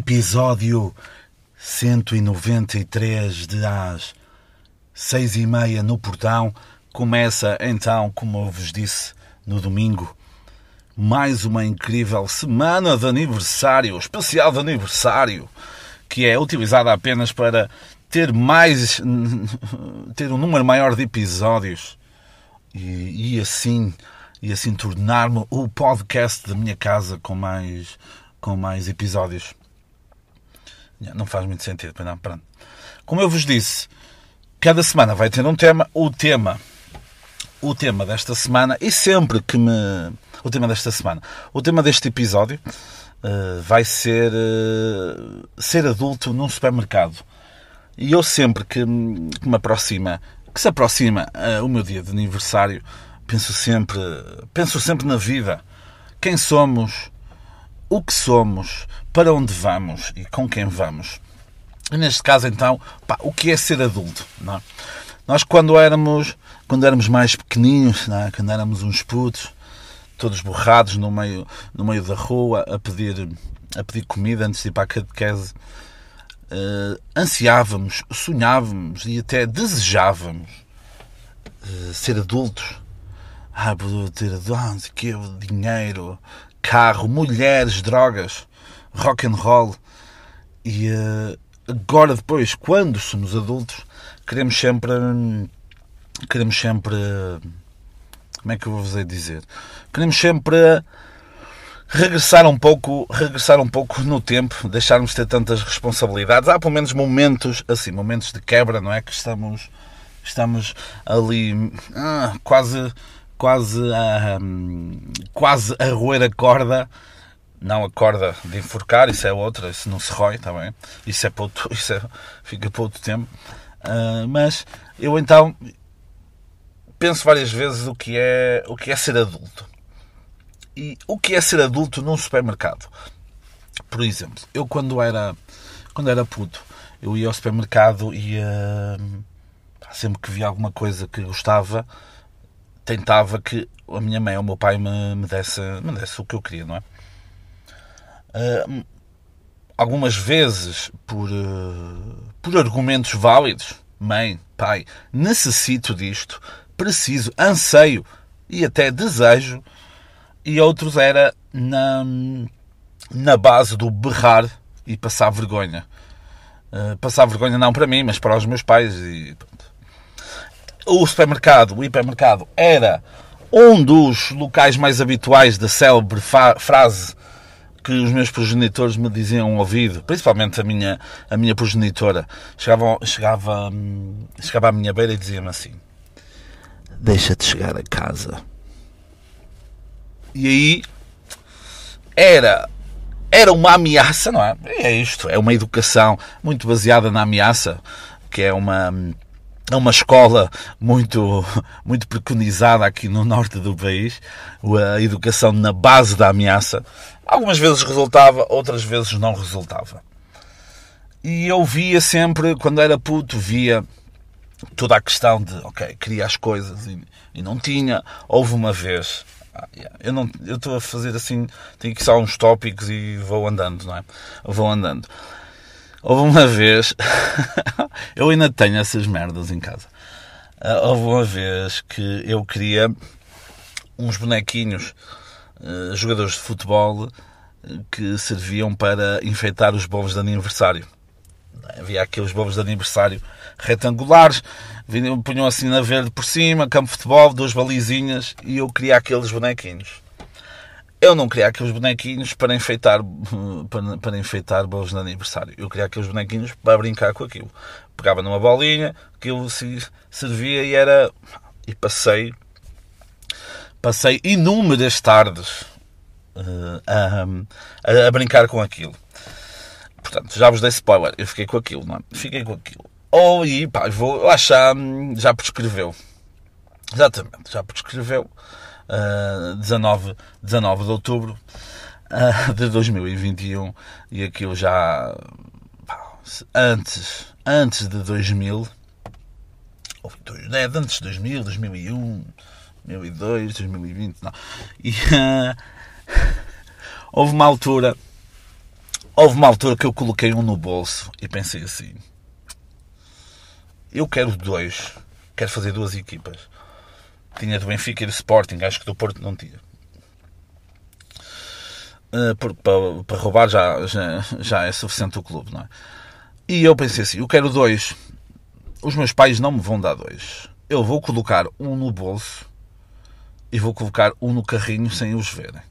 Episódio 193 de às 6h30 no Portão. Começa então, como eu vos disse no domingo, mais uma incrível semana de aniversário, especial de aniversário, que é utilizada apenas para ter um número maior de episódios e assim tornar-me o podcast da minha casa com mais episódios. Não faz muito sentido, não, pronto. Como eu vos disse, cada semana vai ter um tema. O tema desta semana, e sempre que me... O tema desta semana, o tema deste episódio vai ser ser adulto num supermercado. E eu sempre que se aproxima o meu dia de aniversário, penso sempre na vida. Quem somos, o que somos, para onde vamos e com quem vamos. E neste caso, então, o que é ser adulto? Não é? Nós, quando éramos mais pequeninos, não é? Quando éramos uns putos, todos borrados no meio da rua, a pedir comida antes de ir para a catequese, ansiávamos, sonhávamos e até desejávamos ser adultos. Poder ter dinheiro, carro, mulheres, drogas, rock and roll. E agora, depois, quando somos adultos, queremos sempre, como é que eu vos hei de dizer? Queremos sempre regressar um pouco no tempo, deixarmos de ter tantas responsabilidades. Há pelo menos momentos de quebra, não é? Que estamos ali quase a roer a corda. Não a corda de enforcar, isso é outra, isso não se rói, está bem? Fica para outro tempo. Mas eu então penso várias vezes o que é ser adulto. E o que é ser adulto num supermercado? Por exemplo, eu quando era puto, eu ia ao supermercado e sempre que via alguma coisa que gostava, tentava que a minha mãe ou o meu pai me desse o que eu queria, não é? Algumas vezes por argumentos válidos. Mãe, pai, necessito disto, preciso, anseio e até desejo. E outros era na base do berrar e passar vergonha. Passar vergonha não para mim, mas para os meus pais. E o hipermercado era um dos locais mais habituais da célebre frase que os meus progenitores me diziam ao ouvido, principalmente a minha progenitora. Chegava à minha beira e dizia-me assim: deixa-te chegar a casa. E aí era uma ameaça, não é? É isto, é uma educação muito baseada na ameaça, que é uma escola muito preconizada aqui no norte do país, a educação na base da ameaça. Algumas vezes resultava, outras vezes não resultava. E eu via sempre, quando era puto, via toda a questão de, queria as coisas e não tinha. Houve uma vez, eu estou a fazer assim, tenho aqui só uns tópicos e vou andando, não é? Houve uma vez, eu ainda tenho essas merdas em casa. Houve uma vez que eu queria uns bonequinhos, jogadores de futebol, que serviam para enfeitar os bolos de aniversário. Havia aqueles bolos de aniversário retangulares, punham assim na verde por cima, campo de futebol, 2 balizinhas, e eu queria aqueles bonequinhos. Eu não queria aqueles bonequinhos para enfeitar bolos de aniversário. Eu queria aqueles bonequinhos para brincar com aquilo. Pegava numa bolinha, aquilo se servia e passei inúmeras tardes a brincar com aquilo. Portanto, já vos dei spoiler. Eu fiquei com aquilo, não é? Vou achar, já prescreveu. Exatamente, já prescreveu. 19 de outubro de 2021, e aquilo já antes de 2000, antes de 2000, 2001, 2002, 2020, não. E houve uma altura houve uma altura que eu coloquei um no bolso e pensei assim, eu quero 2, quero fazer 2 equipas. Tinha do Benfica e do Sporting, acho que do Porto não tinha. Porque para roubar já é suficiente o clube, não é? E eu pensei assim, eu quero 2, os meus pais não me vão dar 2. Eu vou colocar um no bolso e vou colocar um no carrinho sem os verem.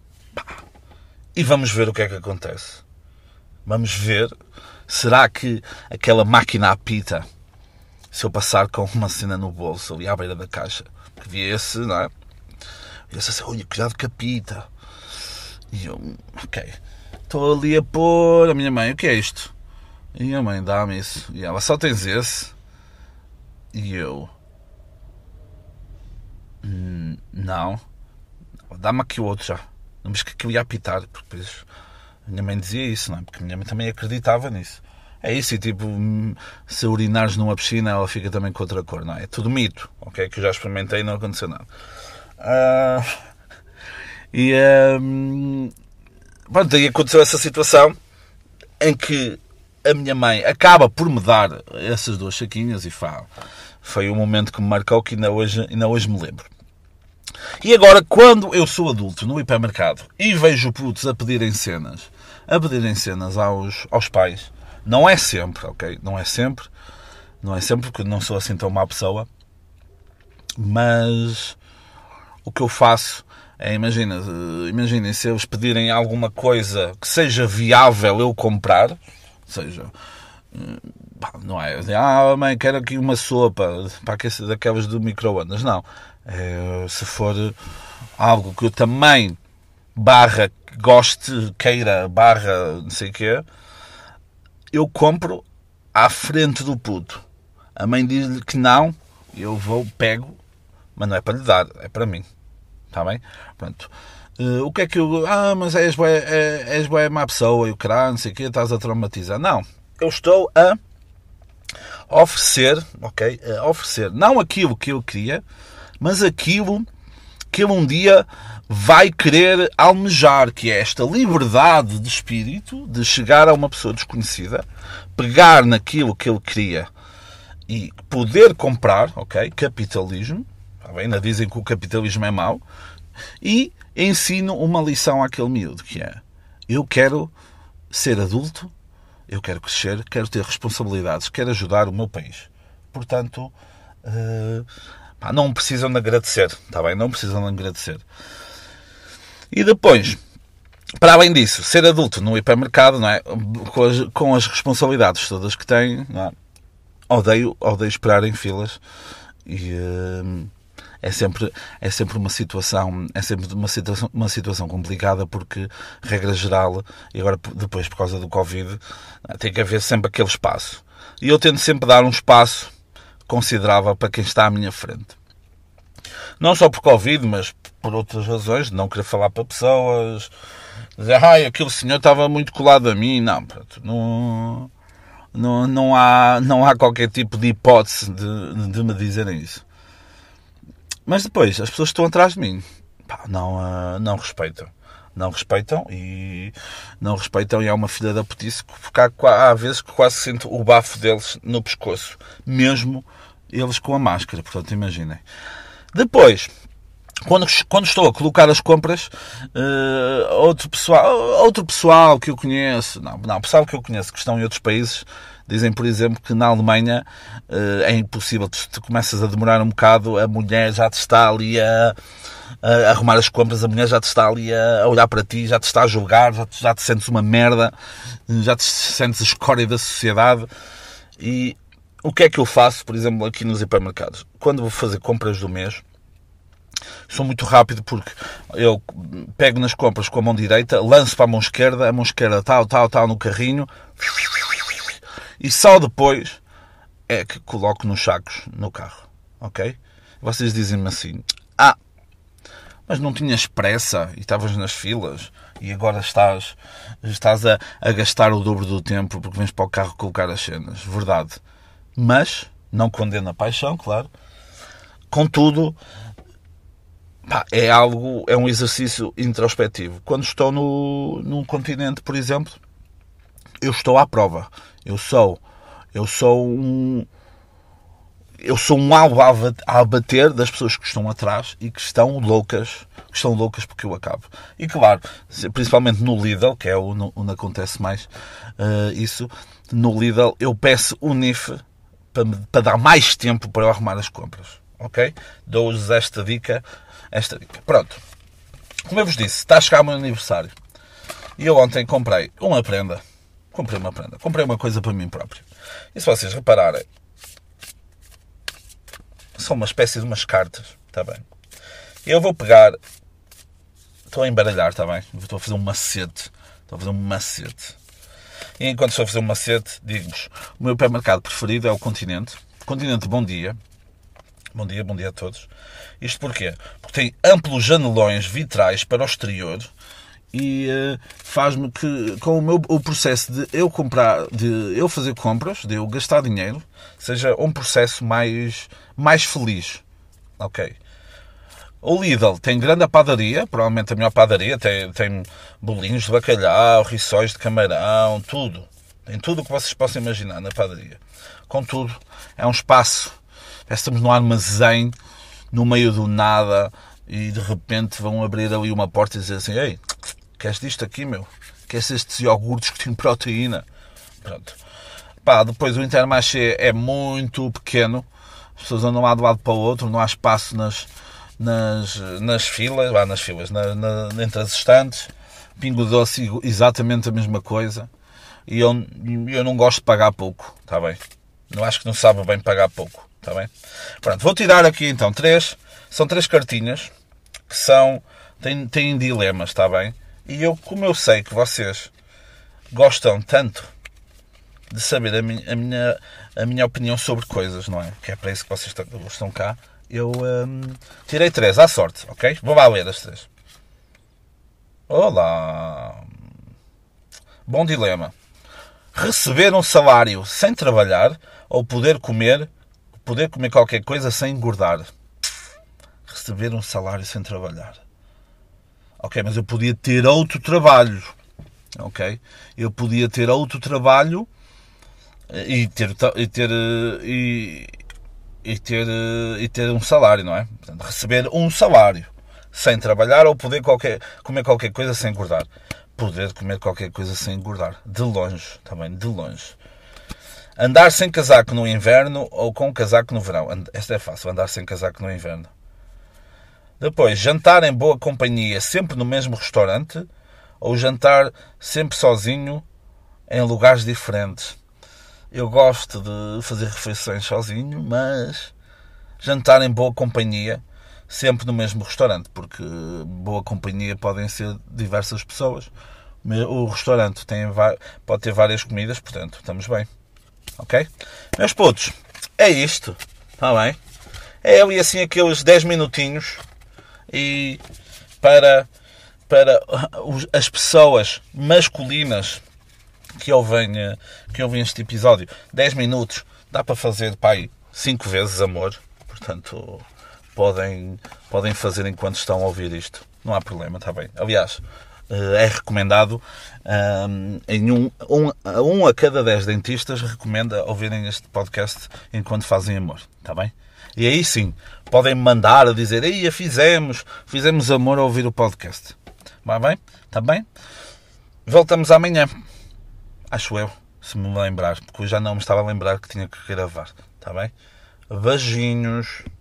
E vamos ver o que é que acontece. Vamos ver, será que aquela máquina apita se eu passar com uma cena no bolso ali à beira da caixa? Que via-se, não é? Via-se assim, olha, cuidado que apita. E eu, ok, estou ali a pôr, a minha mãe, o que é isto? E a mãe dá-me isso. E ela, só tens esse? E eu, não, dá-me aqui o outro já. Não me esqueci que eu ia apitar, porque depois a minha mãe dizia isso, não é? Porque a minha mãe também acreditava nisso. É isso, e tipo, se urinares numa piscina, ela fica também com outra cor, não é? É tudo mito, ok? Que eu já experimentei e não aconteceu nada. Pronto, aí aconteceu essa situação em que a minha mãe acaba por me dar essas 2 saquinhas e foi um momento que me marcou que ainda hoje me lembro. E agora, quando eu sou adulto no hipermercado e vejo putos a pedirem cenas aos pais, não é sempre, ok? Não é sempre porque não sou assim tão má pessoa, mas o que eu faço é, imaginem se eles pedirem alguma coisa que seja viável eu comprar, seja, não é, mãe, quero aqui uma sopa para aquecer daquelas do micro-ondas, não. Se for algo que eu também goste, queira, não sei o quê, eu compro à frente do puto. A mãe diz-lhe que não, eu pego, mas não é para lhe dar, é para mim. Está bem? Pronto. O que é que eu... mas és bué má pessoa, e o caralho, não sei o quê, estás a traumatizar. Não. Eu estou a oferecer, ok? A oferecer não aquilo que eu queria, mas aquilo que ele um dia vai querer almejar, que é esta liberdade de espírito de chegar a uma pessoa desconhecida, pegar naquilo que ele queria e poder comprar, ok? Capitalismo. Ainda dizem que o capitalismo é mau, e ensino uma lição àquele miúdo, que é, eu quero ser adulto, eu quero crescer, quero ter responsabilidades, quero ajudar o meu país. Portanto, não precisam de agradecer, está bem? Não precisam de agradecer. E depois, para além disso, ser adulto no hipermercado, não é? Com as responsabilidades todas que tem, não é? Odeio esperar em filas e... É sempre uma situação complicada, porque, regra geral, e agora depois por causa do Covid, tem que haver sempre aquele espaço. E eu tento sempre dar um espaço considerável para quem está à minha frente. Não só por Covid, mas por outras razões, de não querer falar para pessoas, dizer, aquele senhor estava muito colado a mim. Não, pronto, não há qualquer tipo de hipótese de me dizerem isso. Mas depois, as pessoas que estão atrás de mim, não respeitam. Não respeitam e é uma filha da putice, porque há vezes que quase sinto o bafo deles no pescoço. Mesmo eles com a máscara, portanto, imaginem. Depois, quando estou a colocar as compras, outro pessoal que eu conheço, pessoal que eu conheço que estão em outros países, dizem, por exemplo, que na Alemanha é impossível, tu começas a demorar um bocado, a mulher já te está ali a arrumar as compras, a mulher já te está ali a olhar para ti, já te está a julgar, já te sentes uma merda, já te sentes a escória da sociedade. E o que é que eu faço, por exemplo, aqui nos hipermercados? Quando vou fazer compras do mês, sou muito rápido, porque eu pego nas compras com a mão direita, lanço para a mão esquerda tal no carrinho, e só depois é que coloco nos sacos no carro, ok? Vocês dizem-me assim, mas não tinhas pressa e estavas nas filas e agora estás a gastar o dobro do tempo porque vens para o carro colocar as cenas. Verdade. Mas não condeno a paixão, claro. Contudo, é um exercício introspectivo. Quando estou num continente, por exemplo, eu estou à prova. Eu sou um alvo a abater das pessoas que estão atrás e que estão loucas porque eu acabo. E claro, principalmente no Lidl, que é onde acontece mais isso, no Lidl eu peço o NIF para dar mais tempo para eu arrumar as compras. Ok? Dou-vos esta dica. Pronto. Como eu vos disse, está a chegar o meu aniversário. E eu ontem comprei uma prenda. Comprei uma coisa para mim próprio. E se vocês repararem, são uma espécie de umas cartas, está bem? Eu vou pegar, estou a embaralhar, está bem? Estou a fazer um macete. E enquanto estou a fazer um macete, digo-vos, o meu supermercado preferido é o Continente. Continente, bom dia. Bom dia a todos. Isto porquê? Porque tem amplos janelões vitrais para o exterior e faz-me que, com o processo de eu comprar, de eu fazer compras, de eu gastar dinheiro, seja um processo mais feliz. Ok. O Lidl tem grande padaria, provavelmente a melhor padaria, tem bolinhos de bacalhau, rissóis de camarão, tudo. Tem tudo o que vocês possam imaginar na padaria. Contudo, é um espaço, parece que estamos num armazém, no meio do nada, e de repente vão abrir ali uma porta e dizer assim: ei, queres disto aqui, meu? Queres estes iogurtes que têm proteína? Pronto. Pá, depois o Intermarché é muito pequeno, as pessoas andam lá de um lado para o outro, não há espaço nas filas, entre as estantes. Pingo Doce, exatamente a mesma coisa. E eu não gosto de pagar pouco, está bem? Não acho que não sabe bem pagar pouco, está bem? Pronto, vou tirar aqui então são 3 cartinhas que têm dilemas, está bem? E como eu sei que vocês gostam tanto de saber a minha opinião sobre coisas, não é? Que é para isso que vocês estão cá. Eu tirei 3 à sorte, ok? Vou lá ler as 3. Olá! Bom dilema. Receber um salário sem trabalhar ou poder comer qualquer coisa sem engordar. Receber um salário sem trabalhar. Ok, mas eu podia ter outro trabalho. Ok? Eu podia ter outro trabalho e ter um salário, não é? Portanto, receber um salário sem trabalhar ou poder comer qualquer coisa sem engordar. Poder comer qualquer coisa sem engordar. De longe, também, de longe. Andar sem casaco no inverno ou com casaco no verão. Esta é fácil, andar sem casaco no inverno. Depois, jantar em boa companhia sempre no mesmo restaurante ou jantar sempre sozinho em lugares diferentes. Eu gosto de fazer refeições sozinho, mas jantar em boa companhia sempre no mesmo restaurante, porque boa companhia podem ser diversas pessoas. O restaurante pode ter várias comidas, portanto, estamos bem. Ok? Meus putos, é isto. Está bem? É ali assim aqueles 10 minutinhos e para as pessoas masculinas que ouvem este episódio, 10 minutos dá para fazer, pai, 5 vezes amor. Portanto, podem fazer enquanto estão a ouvir isto. Não há problema, está bem. Aliás, é recomendado, um a cada 10 dentistas recomenda ouvirem este podcast enquanto fazem amor, está bem? E aí sim, podem me mandar a dizer: "Ei, fizemos amor a ouvir o podcast". Vai bem? Está bem? Voltamos amanhã. Acho eu, se me lembrar, porque eu já não me estava a lembrar que tinha que gravar, está bem? Beijinhos.